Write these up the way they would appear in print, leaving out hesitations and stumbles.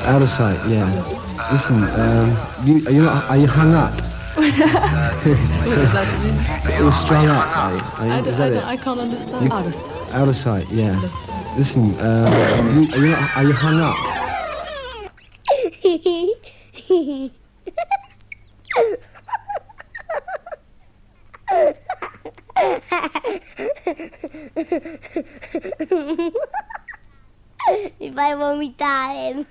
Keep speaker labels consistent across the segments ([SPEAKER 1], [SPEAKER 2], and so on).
[SPEAKER 1] Out of sight, yeah. Listen, are you hung up?
[SPEAKER 2] What does that mean?
[SPEAKER 1] You're strung up,
[SPEAKER 2] I can't understand.
[SPEAKER 1] Out of sight, yeah. Listen, are you hung up?
[SPEAKER 3] Mi fai vomitare.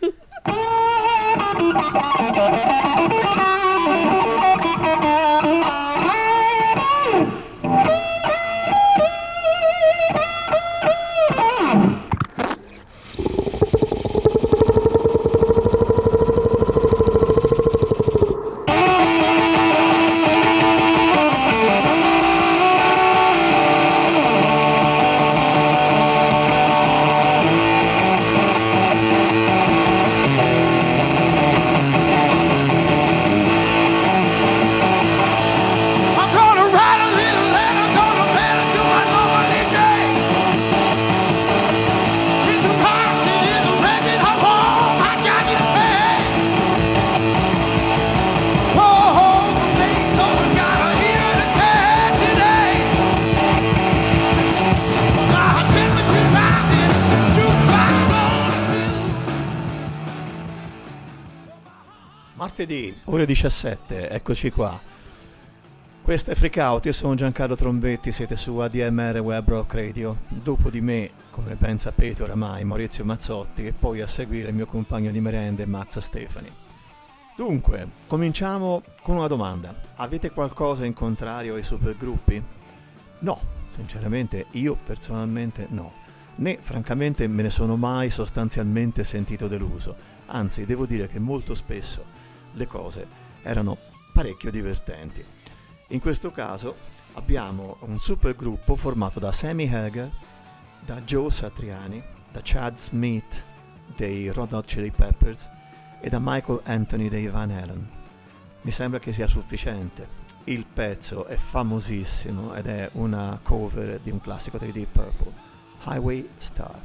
[SPEAKER 4] Martedì, ore 17, eccoci qua. Questo è Freak Out, io sono Giancarlo Trombetti, siete su ADMR Web Rock Radio. Dopo di me, come ben sapete oramai, Maurizio Mazzotti e poi a seguire il mio compagno di merende Max Stefani. Dunque, cominciamo con una domanda. Avete qualcosa in contrario ai supergruppi? No, sinceramente io personalmente no. Né francamente me ne sono mai sostanzialmente sentito deluso. Anzi, devo dire che molto spesso le cose erano parecchio divertenti. In questo caso abbiamo un supergruppo formato da Sammy Hagar, da Joe Satriani, da Chad Smith dei Red Hot Chili Peppers e da Michael Anthony dei Van Halen. Mi sembra che sia sufficiente. Il pezzo è famosissimo ed è una cover di un classico dei Deep Purple, Highway Star.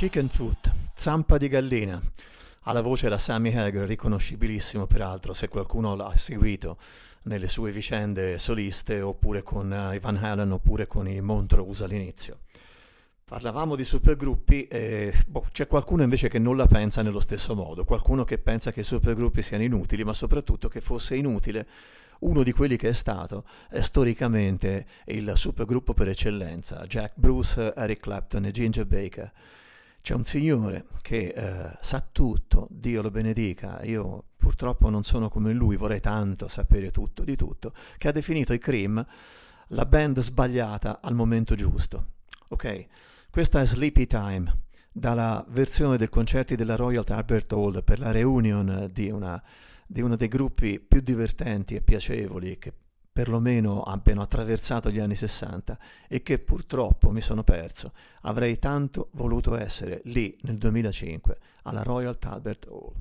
[SPEAKER 4] Chicken Foot, zampa di gallina. Alla voce era Sammy Hagar, riconoscibilissimo peraltro se qualcuno l'ha seguito nelle sue vicende soliste oppure con i Van Halen oppure con i Montrose all'inizio. Parlavamo di supergruppi e c'è qualcuno invece che non la pensa nello stesso modo, qualcuno che pensa che i supergruppi siano inutili, ma soprattutto che fosse inutile uno di quelli che è stato storicamente il supergruppo per eccellenza, Jack Bruce, Eric Clapton e Ginger Baker. C'è un signore che sa tutto, Dio lo benedica, io purtroppo non sono come lui, vorrei tanto sapere tutto di tutto, che ha definito i Cream la band sbagliata al momento giusto. Ok? Questa è Sleepy Time, dalla versione del concerti della Royal Albert Hall per la reunion di uno dei gruppi più divertenti e piacevoli che perlomeno abbiano attraversato gli anni 60 e che purtroppo mi sono perso. Avrei tanto voluto essere lì nel 2005 alla Royal Albert Hall.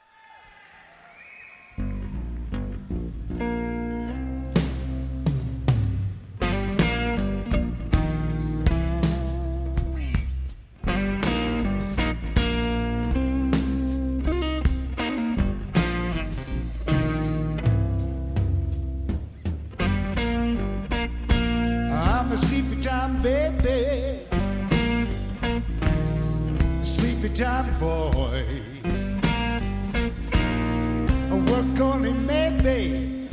[SPEAKER 3] Baby, sleepy time boy, work only maybe.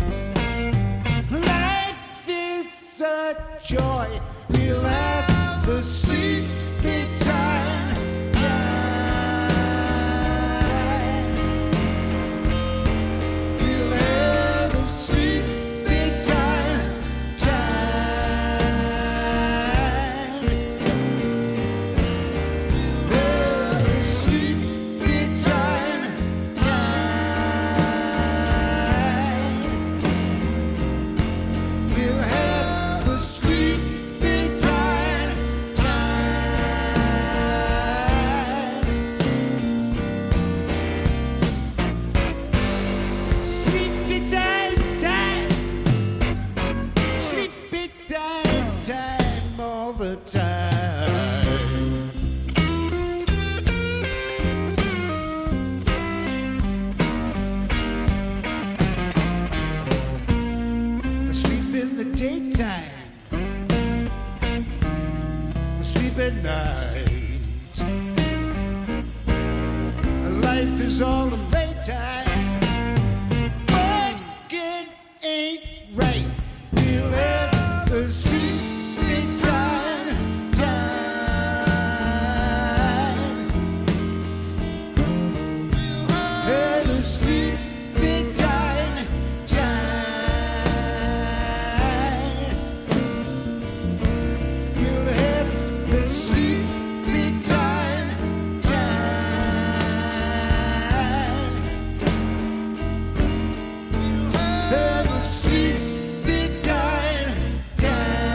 [SPEAKER 3] Life is a joy. We'll have the sleepy time. We'll have the sleepy time. Night. Life is all a playtime. Working ain't right. We'll have the sleeping time. We'll have the sleeping time. We'll have the sleepy time. We'll have the sleepy time.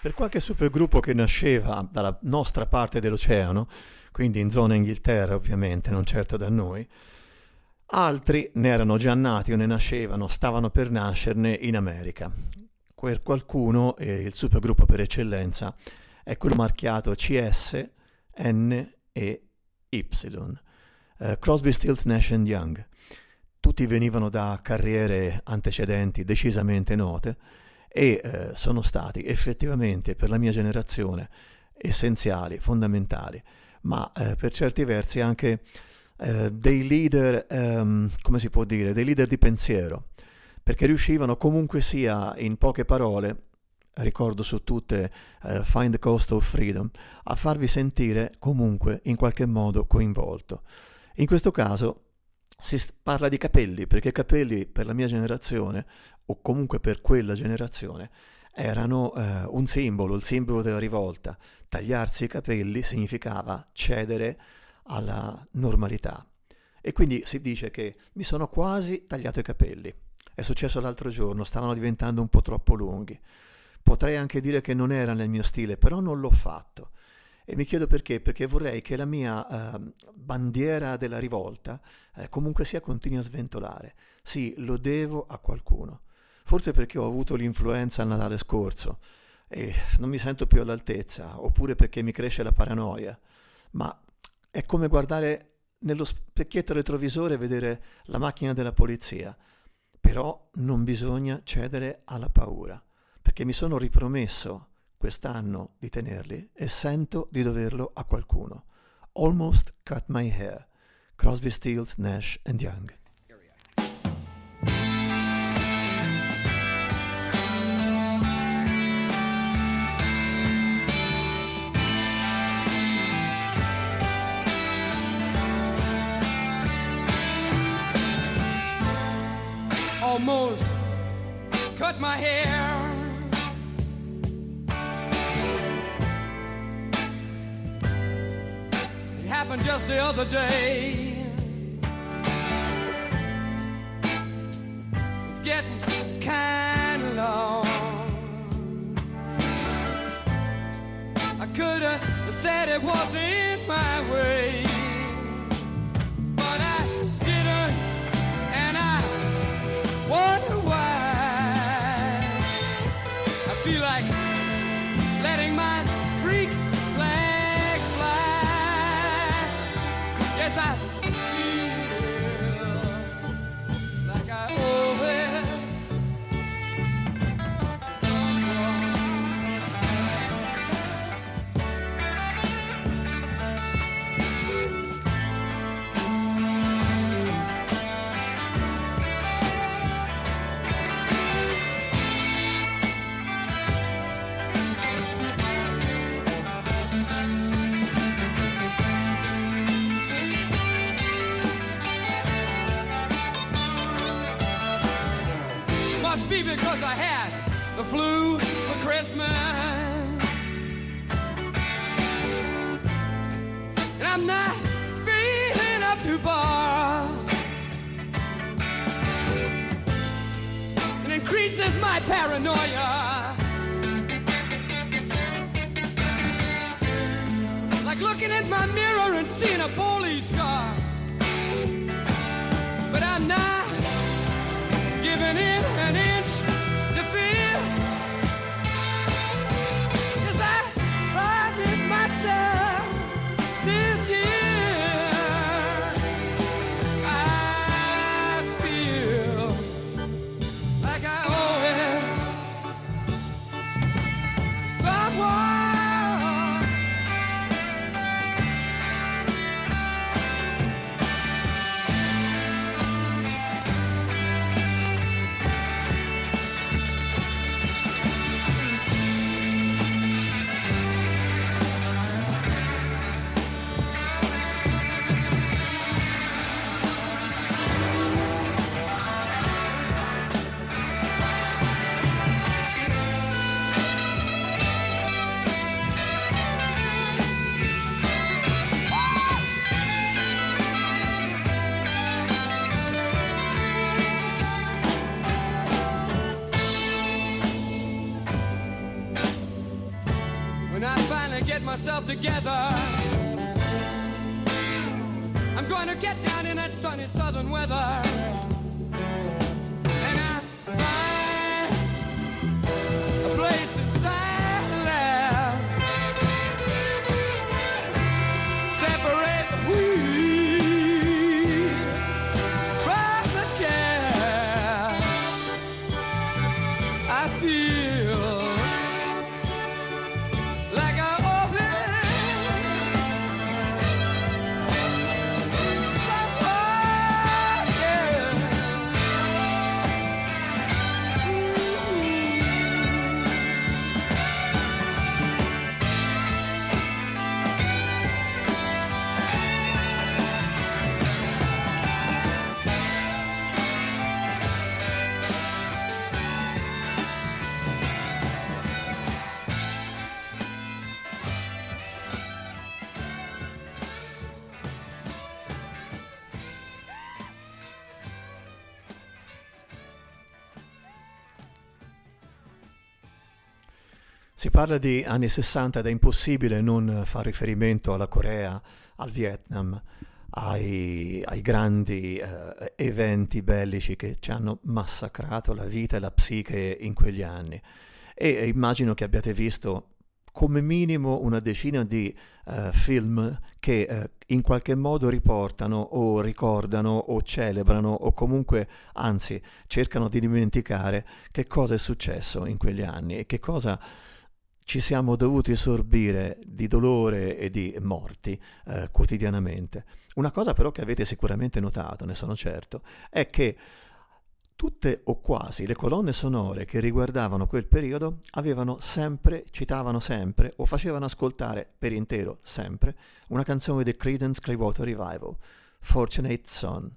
[SPEAKER 4] Per qualche supergruppo che nasceva dalla nostra parte dell'oceano, quindi in zona Inghilterra ovviamente, non certo da noi, altri ne erano già nati o ne nascevano, stavano per nascerne in America. Per qualcuno il supergruppo per eccellenza è quello marchiato CS, N e Y. Crosby, Stills, Nash & Young. Tutti venivano da carriere antecedenti decisamente note e sono stati effettivamente per la mia generazione essenziali, fondamentali, ma per certi versi anche dei leader, come si può dire, dei leader di pensiero, perché riuscivano comunque sia, in poche parole, ricordo su tutte Find the Coast of Freedom, a farvi sentire comunque in qualche modo coinvolto. In questo caso si parla di capelli, perché capelli per la mia generazione, o comunque per quella generazione, erano un simbolo, il simbolo della rivolta. Tagliarsi i capelli significava cedere alla normalità. E quindi si dice che mi sono quasi tagliato i capelli. È successo l'altro giorno, stavano diventando un po' troppo lunghi. Potrei anche dire che non era nel mio stile, però non l'ho fatto. E mi chiedo perché, perché vorrei che la mia bandiera della rivolta comunque sia continui a sventolare. Sì, lo devo a qualcuno. Forse perché ho avuto l'influenza al Natale scorso e non mi sento più all'altezza, oppure perché mi cresce la paranoia. Ma è come guardare nello specchietto retrovisore e vedere la macchina della polizia. Però non bisogna cedere alla paura, perché mi sono ripromesso quest'anno di tenerli e sento di doverlo a qualcuno. Almost Cut My Hair, Crosby, Stills, Nash & Young.
[SPEAKER 5] Almost cut my hair. It happened just the other day. It's getting kind of long. I could have said it wasn't my way, but I didn't, and I wonder why. I feel like letting my freak flag fly. Yes, I feel like I owe it to someone. Must be because I had the flu for Christmas, and I'm not feeling up to bar. It increases my paranoia, like looking at my mirror and seeing a police car. But I'm not giving in an inch to fear. 'Cause I promised myself this year I feel like I owe it to someone. yourself together. I'm going to get down in that sunny southern weather. And I find a place inside love. Separate the wheat from the chair. I feel like I
[SPEAKER 4] Si parla di anni 60 ed è impossibile non far riferimento alla Corea, al Vietnam, ai grandi eventi bellici che ci hanno massacrato la vita e la psiche in quegli anni. E immagino che abbiate visto come minimo una decina di film che in qualche modo riportano o ricordano o celebrano o comunque, anzi, cercano di dimenticare che cosa è successo in quegli anni e che cosa ci siamo dovuti sorbire di dolore e di morti quotidianamente. Una cosa però che avete sicuramente notato, ne sono certo, è che tutte o quasi le colonne sonore che riguardavano quel periodo citavano sempre o facevano ascoltare per intero sempre una canzone di Creedence Clearwater Revival, Fortunate Son.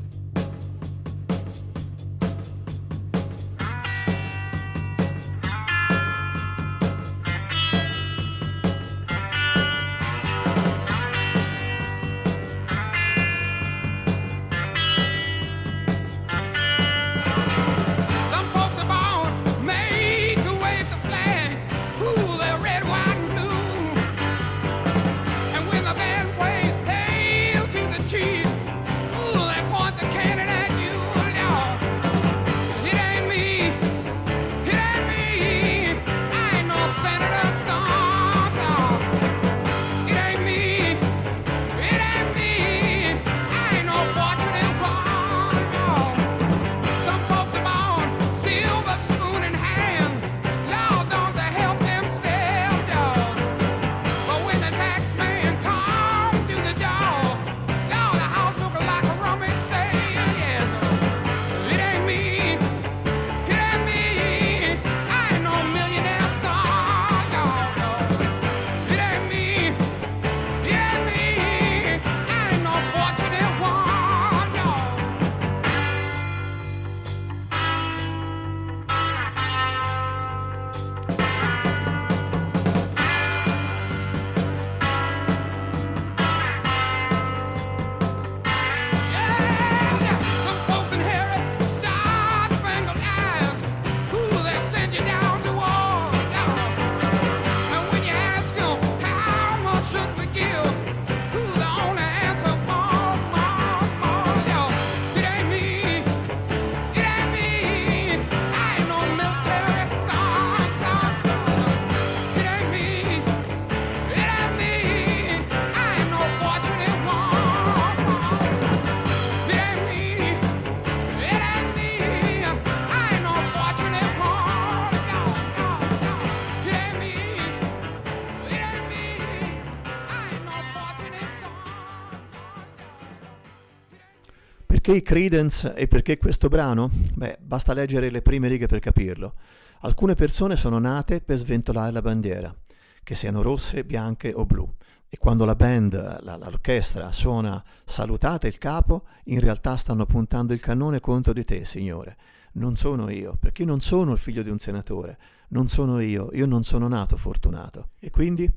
[SPEAKER 4] Perché i Creedence e perché questo brano? Beh, basta leggere le prime righe per capirlo. Alcune persone sono nate per sventolare la bandiera, che siano rosse, bianche o blu. E quando la band, l'orchestra, suona "Salutate il capo", in realtà stanno puntando il cannone contro di te, signore. Non sono io, perché io non sono il figlio di un senatore. Non sono io non sono nato fortunato. E quindi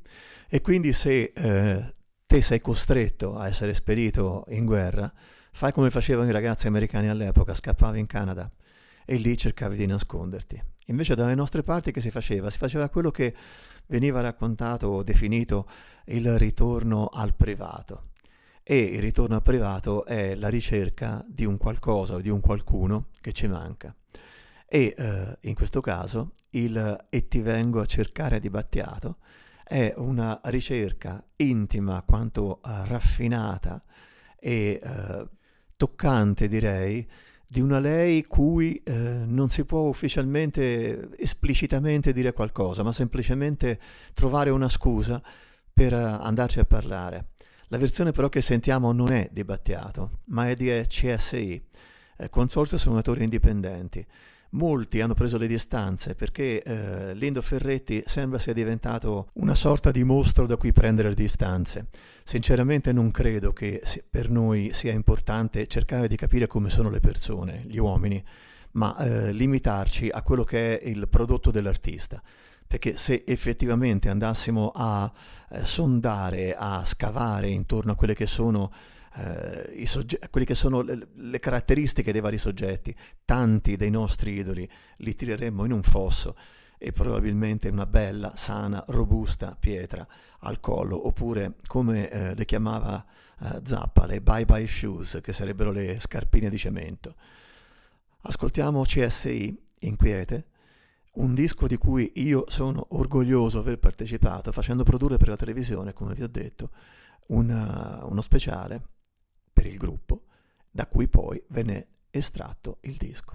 [SPEAKER 4] se te sei costretto a essere spedito in guerra, fai come facevano i ragazzi americani all'epoca, scappavi in Canada. e lì cercavi di nasconderti. Invece dalle nostre parti che si faceva? Si faceva quello che veniva raccontato o definito il ritorno al privato. E il ritorno al privato è la ricerca di un qualcosa o di un qualcuno che ci manca. E in questo caso il "e ti vengo a cercare" di Battiato è una ricerca intima quanto raffinata e toccante, direi, di una lei cui non si può ufficialmente, esplicitamente dire qualcosa, ma semplicemente trovare una scusa per andarci a parlare. La versione però che sentiamo non è di Battiato, ma è di CSI, Consorzio Suonatori Indipendenti. Molti hanno preso le distanze perché Lindo Ferretti sembra sia diventato una sorta di mostro da cui prendere le distanze. Sinceramente non credo che per noi sia importante cercare di capire come sono le persone, gli uomini, ma limitarci a quello che è il prodotto dell'artista. Perché se effettivamente andassimo a sondare, a scavare intorno a quelle che sono quelle che sono le caratteristiche dei vari soggetti, tanti dei nostri idoli li tireremmo in un fosso e probabilmente una bella, sana, robusta pietra al collo, oppure come le chiamava Zappa, le bye bye shoes, che sarebbero le scarpine di cemento. Ascoltiamo CSI, Inquiete, un disco di cui io sono orgoglioso aver partecipato, facendo produrre per la televisione, come vi ho detto, uno speciale per il gruppo, da cui poi venne estratto il disco.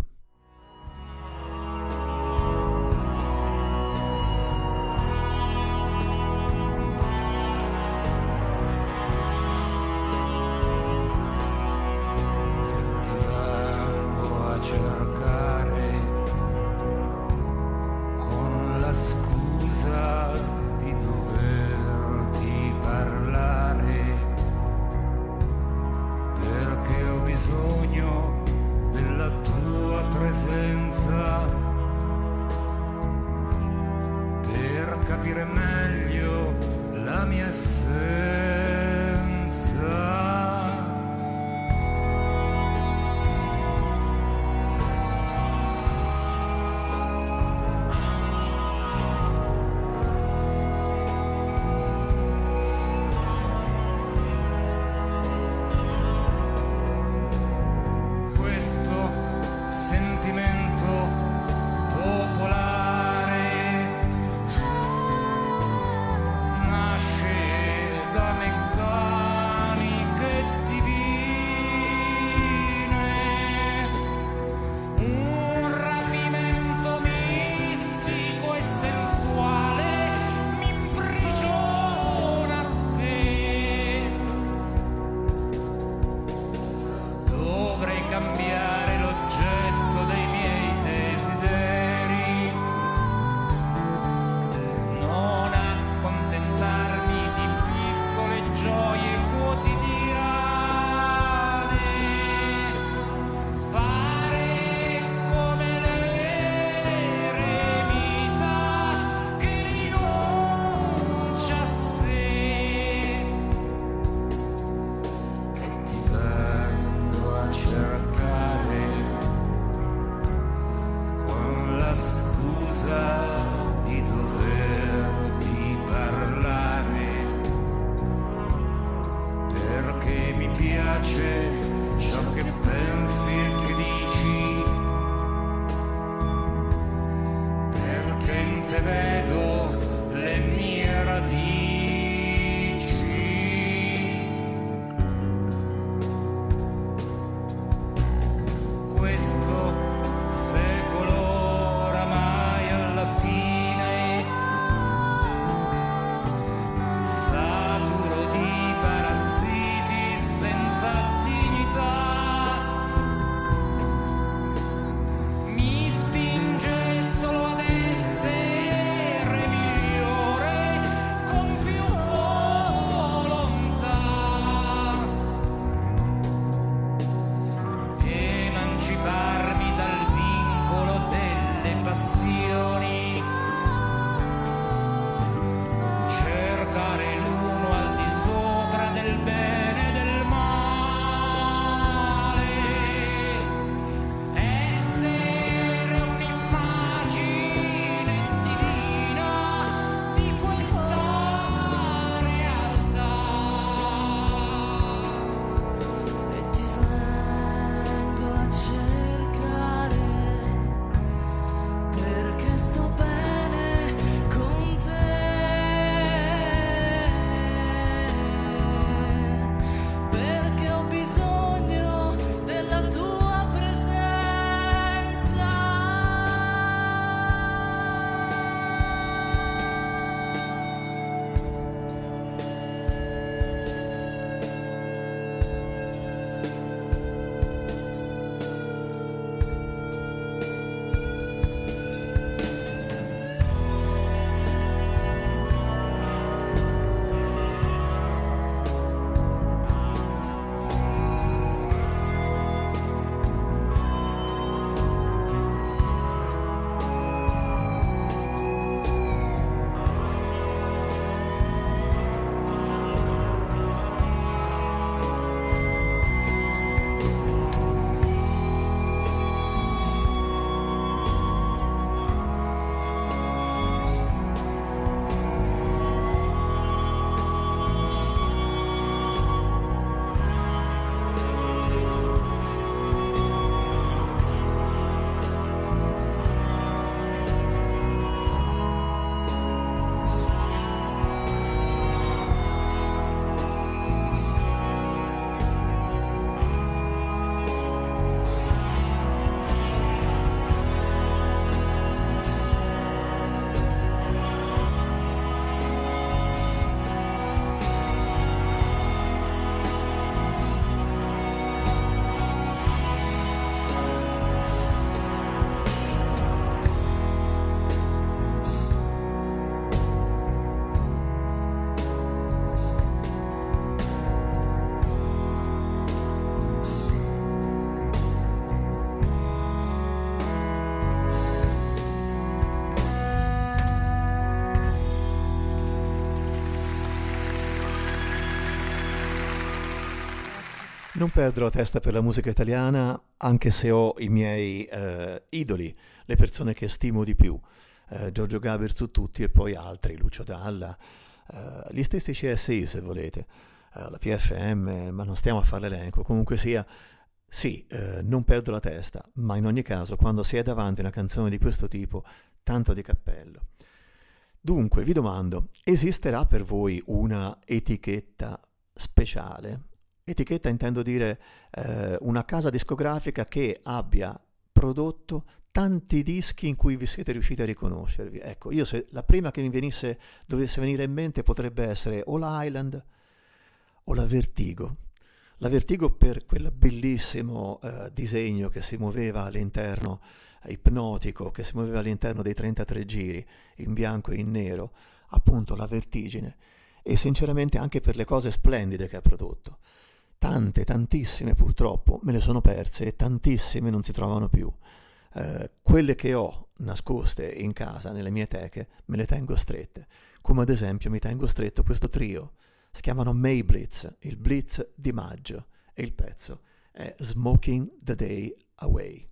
[SPEAKER 4] Non perdo la testa per la musica italiana, anche se ho i miei idoli, le persone che stimo di più. Giorgio Gaber su tutti e poi altri, Lucio Dalla, gli stessi CSI se volete, la PFM, ma non stiamo a fare l'elenco. Comunque sia, sì, non perdo la testa, ma in ogni caso quando si è davanti a una canzone di questo tipo, tanto di cappello. Dunque, vi domando, esisterà per voi una etichetta speciale? Etichetta intendo dire una casa discografica che abbia prodotto tanti dischi in cui vi siete riusciti a riconoscervi. Ecco, io se la prima che mi dovesse venire in mente potrebbe essere o l'Island o la Vertigo. La Vertigo per quel bellissimo disegno che si muoveva all'interno, ipnotico, che si muoveva all'interno dei 33 giri, in bianco e in nero, appunto la vertigine, e sinceramente anche per le cose splendide che ha prodotto. Tante, tantissime purtroppo me le sono perse e tantissime non si trovano più. Quelle che ho nascoste in casa, nelle mie teche, me le tengo strette, come ad esempio mi tengo stretto questo trio. Si chiamano May Blitz, il Blitz di maggio, e il pezzo è Smoking the Day Away.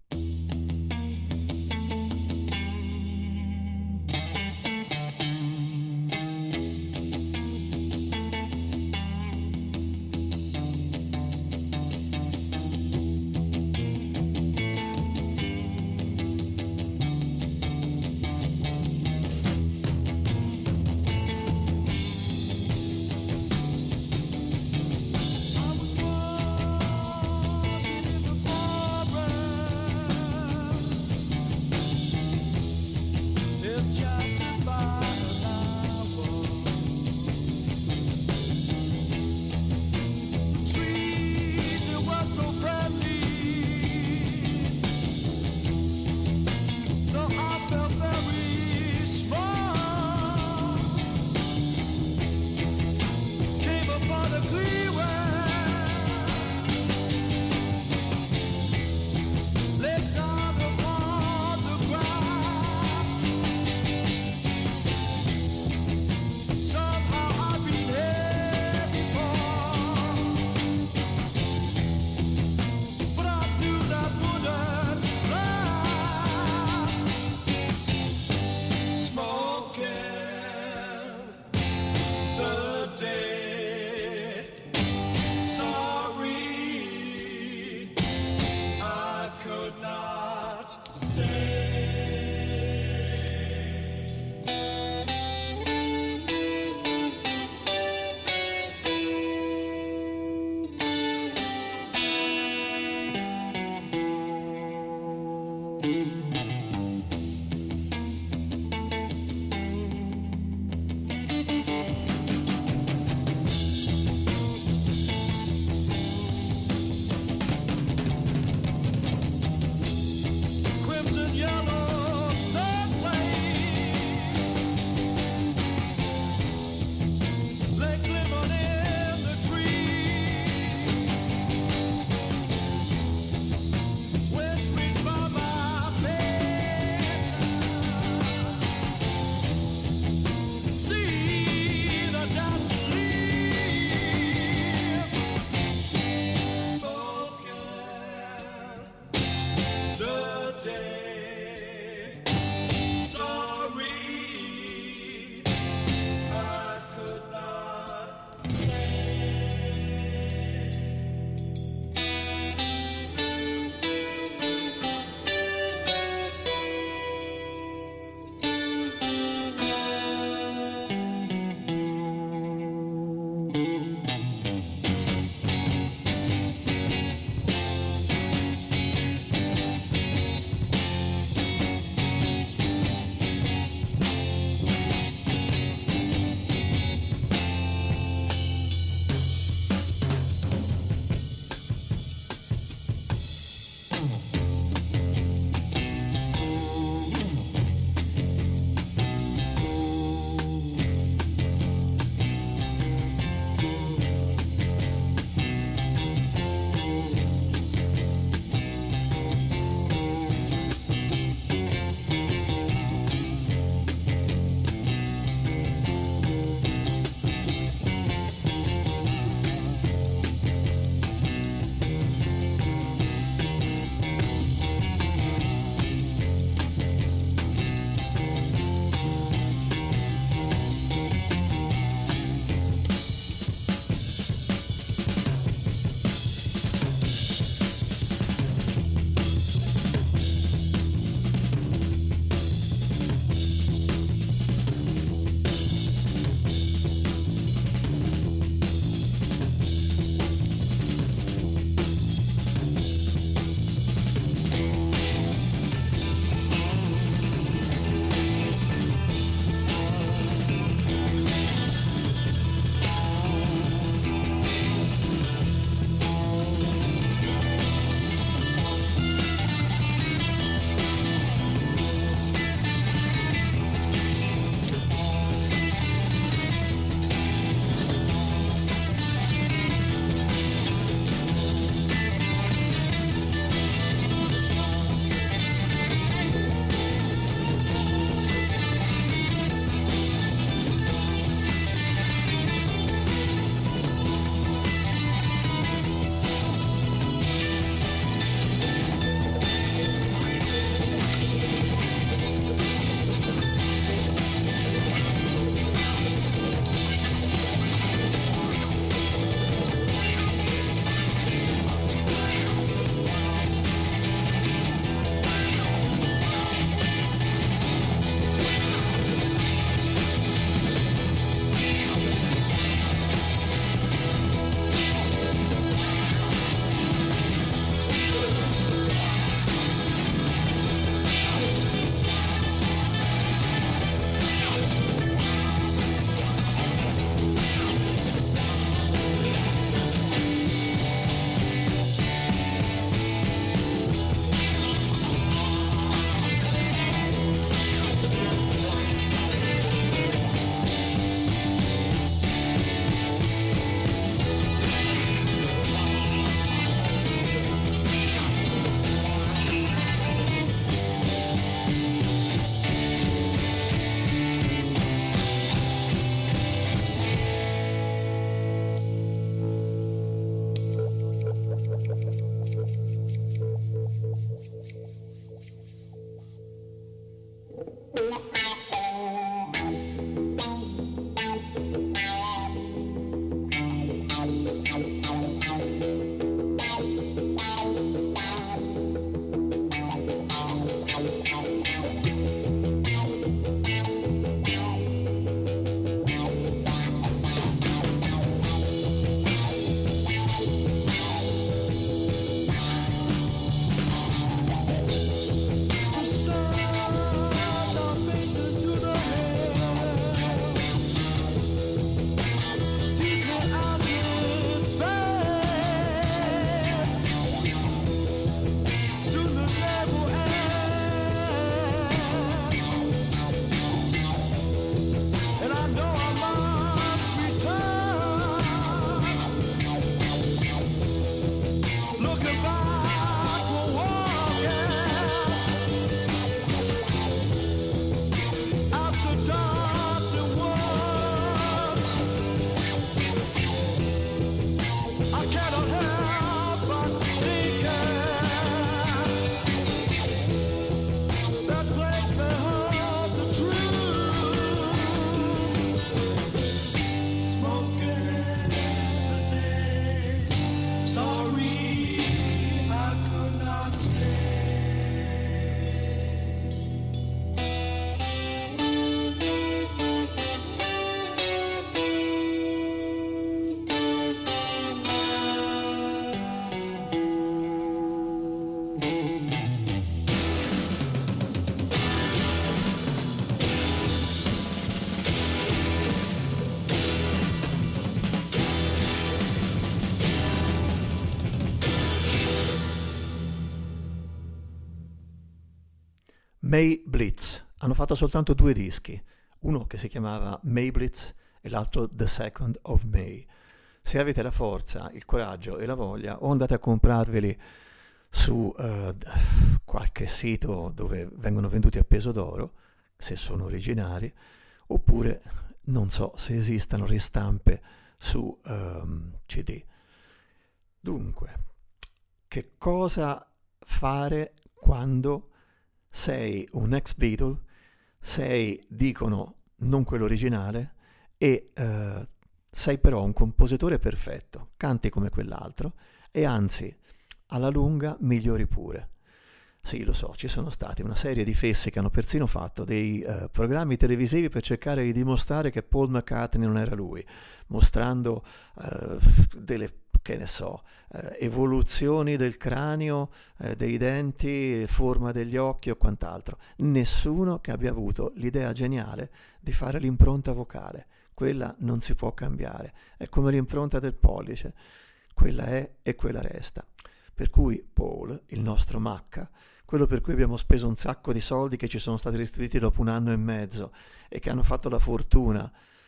[SPEAKER 4] May Blitz. Hanno fatto soltanto 2 dischi, uno che si chiamava May Blitz e l'altro The Second of May. Se avete la forza, il coraggio e la voglia, o andate a comprarveli su qualche sito dove vengono venduti a peso d'oro, se sono originali, oppure non so se esistano ristampe su CD. Dunque, che cosa fare quando sei un ex Beatle, sei, dicono, non quello originale, e sei però un compositore perfetto, canti come quell'altro e anzi alla lunga migliori pure. Sì, lo so, ci sono stati una serie di fessi che hanno persino fatto dei programmi televisivi per cercare di dimostrare che Paul McCartney non era lui, mostrando delle, che ne so, evoluzioni del cranio, dei denti, forma degli occhi o quant'altro. Nessuno che abbia avuto l'idea geniale di fare l'impronta vocale. Quella non si può cambiare, è come l'impronta del pollice, quella è e quella resta. Per cui Paul, il nostro Macca, quello per cui abbiamo speso un sacco di soldi che ci sono stati restituiti dopo 1 anno e mezzo e che hanno fatto la fortuna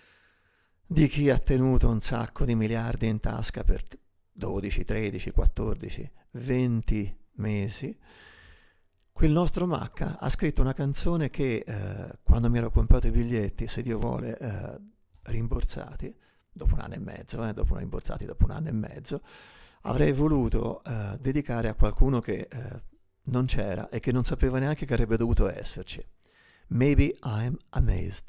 [SPEAKER 4] di chi ha tenuto un sacco di miliardi in tasca per 12, 13, 14, 20 mesi, quel nostro Macca ha scritto una canzone che quando mi ero comprato i biglietti, se Dio vuole, rimborsati, dopo 1 anno e mezzo, rimborsati dopo 1 anno e mezzo, avrei voluto dedicare a qualcuno che non c'era e che non sapeva neanche che avrebbe dovuto esserci. Maybe I'm Amazed.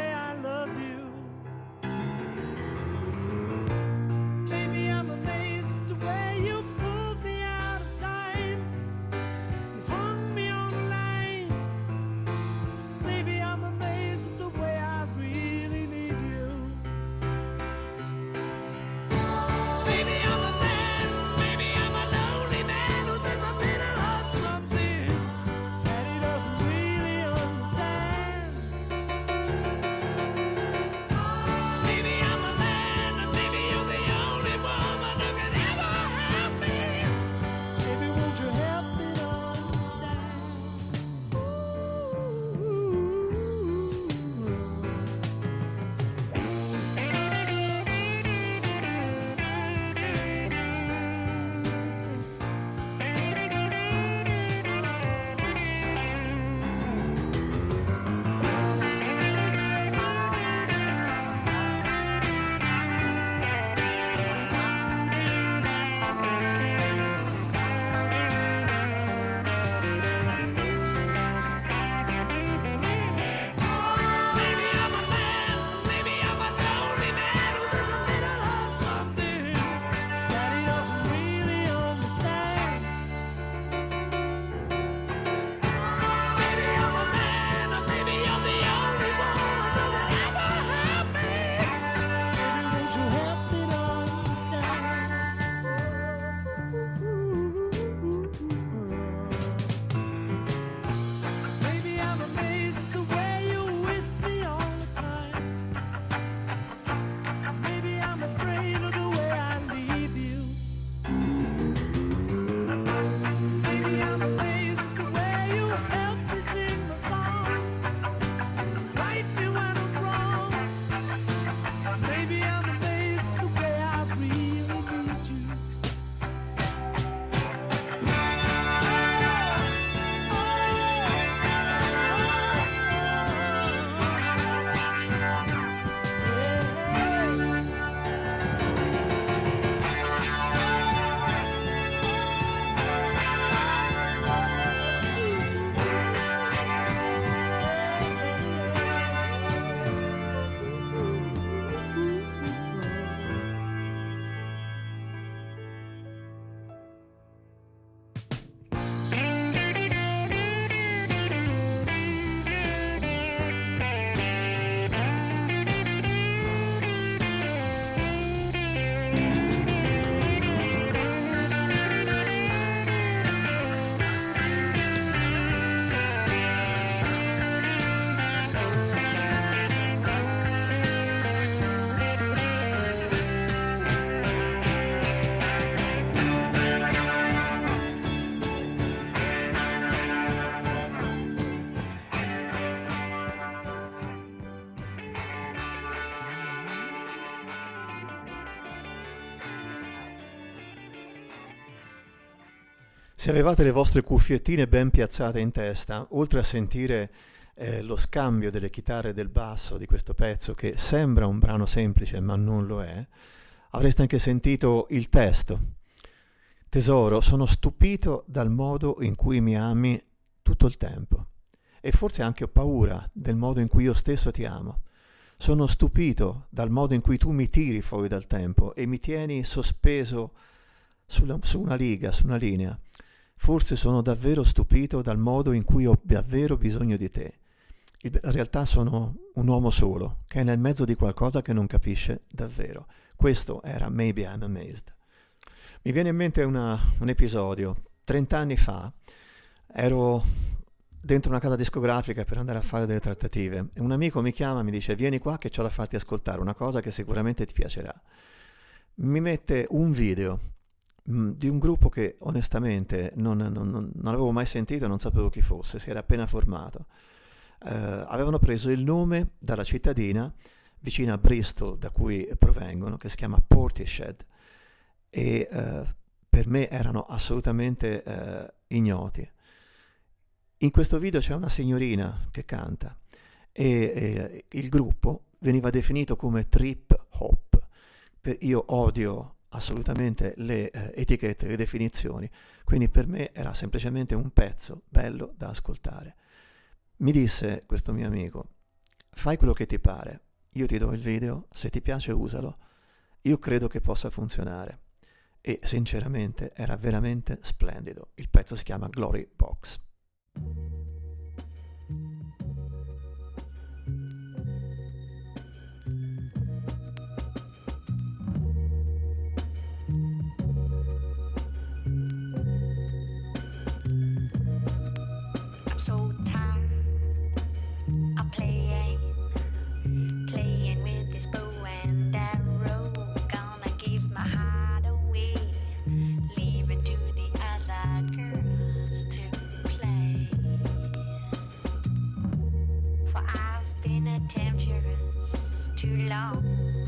[SPEAKER 3] Amazed
[SPEAKER 4] Se avevate le vostre cuffiettine ben piazzate in testa, oltre a sentire lo scambio delle chitarre e del basso di questo pezzo, che sembra un brano semplice ma non lo è, avreste anche sentito il testo. Tesoro, sono stupito dal modo in cui mi ami tutto il tempo e forse anche ho paura del modo in cui io stesso ti amo. Sono stupito dal modo in cui tu mi tiri fuori dal tempo e mi tieni sospeso su una riga, su una linea. Forse sono davvero stupito dal modo in cui ho davvero bisogno di te. In realtà sono un uomo solo, che è nel mezzo di qualcosa che non capisce davvero. Questo era Maybe I'm Amazed. Mi viene in mente un episodio. 30 anni fa ero dentro una casa discografica per andare a fare delle trattative e un amico mi chiama e mi dice: vieni qua che c'ho da farti ascoltare una cosa che sicuramente ti piacerà. Mi mette un video di un gruppo che onestamente non avevo mai sentito, non sapevo chi fosse, si era appena formato. Avevano preso il nome dalla cittadina vicina a Bristol da cui provengono, che si chiama Portishead, e per me erano assolutamente ignoti. In questo video c'è una signorina che canta e il gruppo veniva definito come trip hop. Io odio assolutamente le etichette, le definizioni, quindi per me era semplicemente un pezzo bello da ascoltare. Mi disse questo mio amico: fai quello che ti pare, io ti do il video, se ti piace usalo, io credo che possa funzionare. E sinceramente era veramente splendido. Il pezzo si chiama Glory Box.
[SPEAKER 6] I'm so tired of playing with this bow and arrow. Gonna give my heart away, leave it to the other girls to play. For I've been a temptress too long.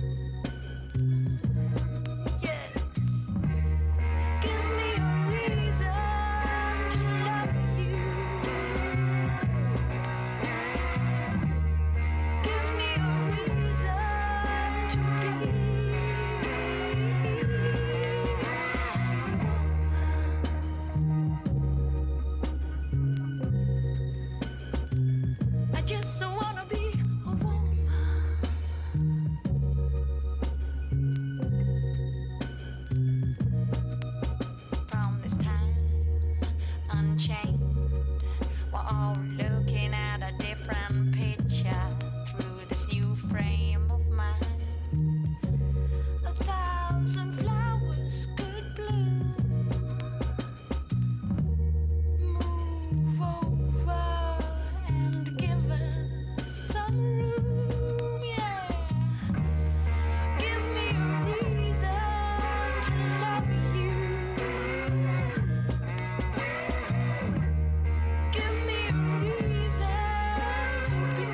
[SPEAKER 6] Just wanna be a woman. From this time unchained, we're all looking at a different picture through this new frame of mind. 1,000 flowers could bloom. Move over and give us some room, yeah. Give me a reason to love you. Give me a reason to be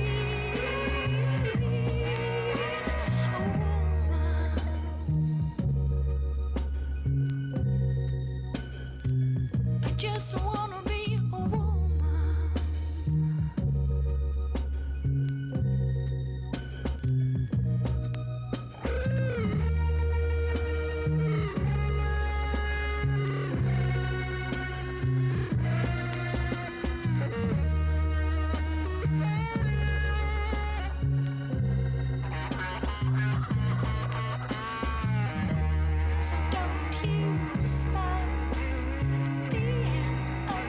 [SPEAKER 6] a woman. I just wanna be a woman. So don't you stop being a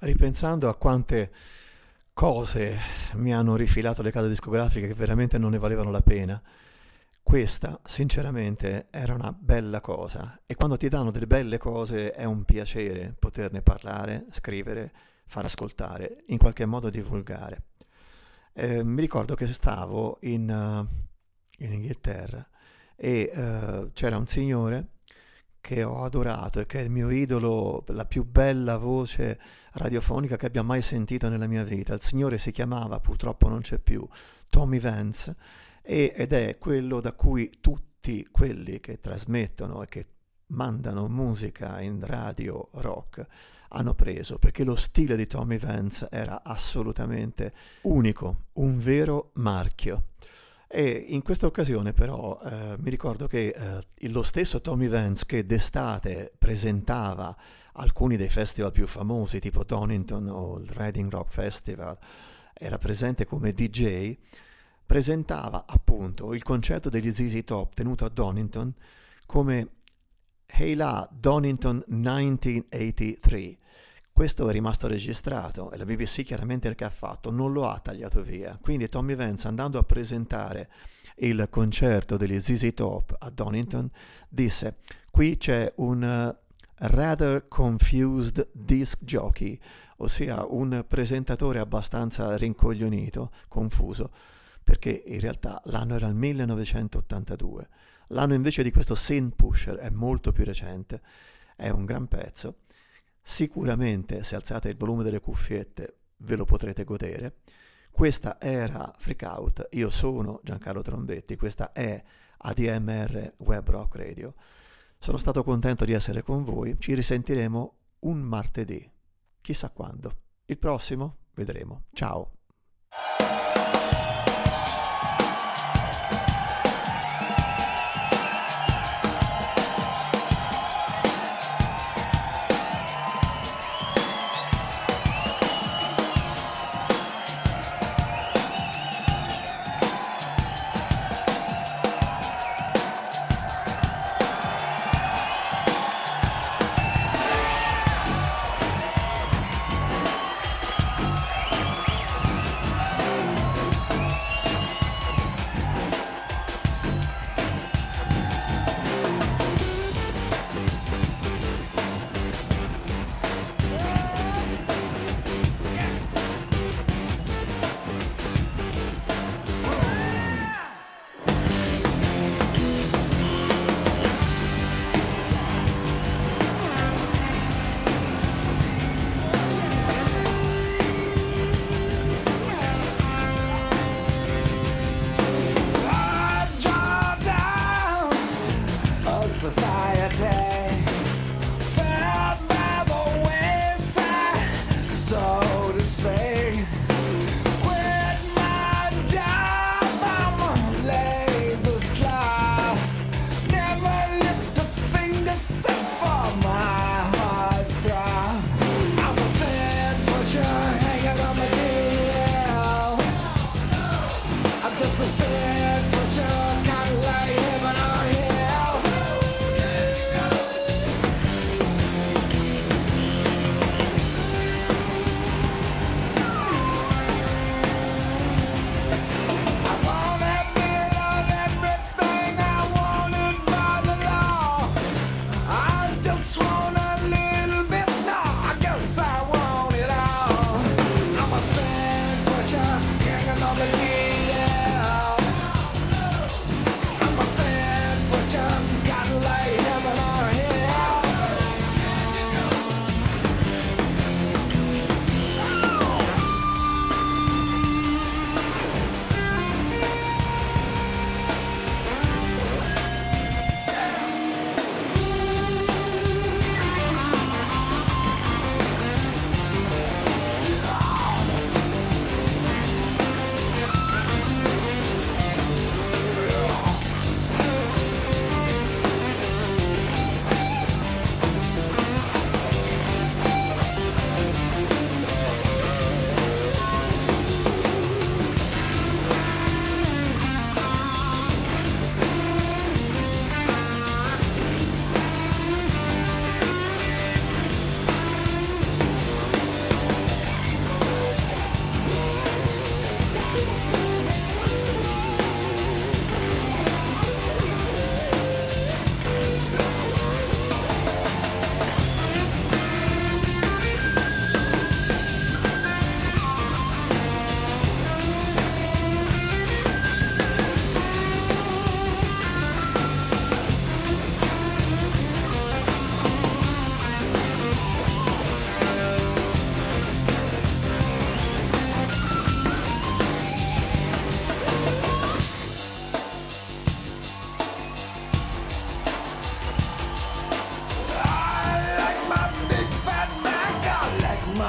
[SPEAKER 4] ripensando a quante cose mi hanno rifilato le case discografiche che veramente non ne valevano la pena, questa sinceramente era una bella cosa, e quando ti danno delle belle cose è un piacere poterne parlare, scrivere, far ascoltare, in qualche modo divulgare. Mi ricordo che stavo in Inghilterra e c'era un signore che ho adorato e che è il mio idolo, la più bella voce radiofonica che abbia mai sentito nella mia vita. Il signore si chiamava, purtroppo non c'è più, Tommy Vance, ed è quello da cui tutti quelli che trasmettono e che mandano musica in radio rock hanno preso, perché lo stile di Tommy Vance era assolutamente unico, un vero marchio. E in questa occasione però mi ricordo che lo stesso Tommy Vance, che d'estate presentava alcuni dei festival più famosi tipo Donington o il Reading Rock Festival, era presente come DJ, presentava appunto il concerto degli ZZ Top tenuto a Donington come Hey La Donington 1983. Questo è rimasto registrato e la BBC chiaramente che ha fatto non lo ha tagliato via. Quindi Tommy Vance, andando a presentare il concerto degli ZZ Top a Donington, disse: qui c'è un rather confused disc jockey, ossia un presentatore abbastanza rincoglionito, confuso, perché in realtà l'anno era il 1982. L'anno invece di questo Sin Pusher è molto più recente, è un gran pezzo. Sicuramente se alzate il volume delle cuffiette ve lo potrete godere. Questa era Freak Out, io sono Giancarlo Trombetti, questa è ADMR Web Rock Radio. Sono stato contento di essere con voi, ci risentiremo un martedì, chissà quando. Il prossimo vedremo. Ciao.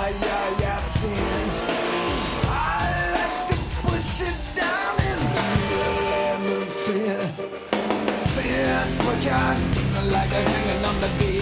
[SPEAKER 3] yeah, sin. I like to push it down into the land of sin. Sin, push on like a hanging on the beat.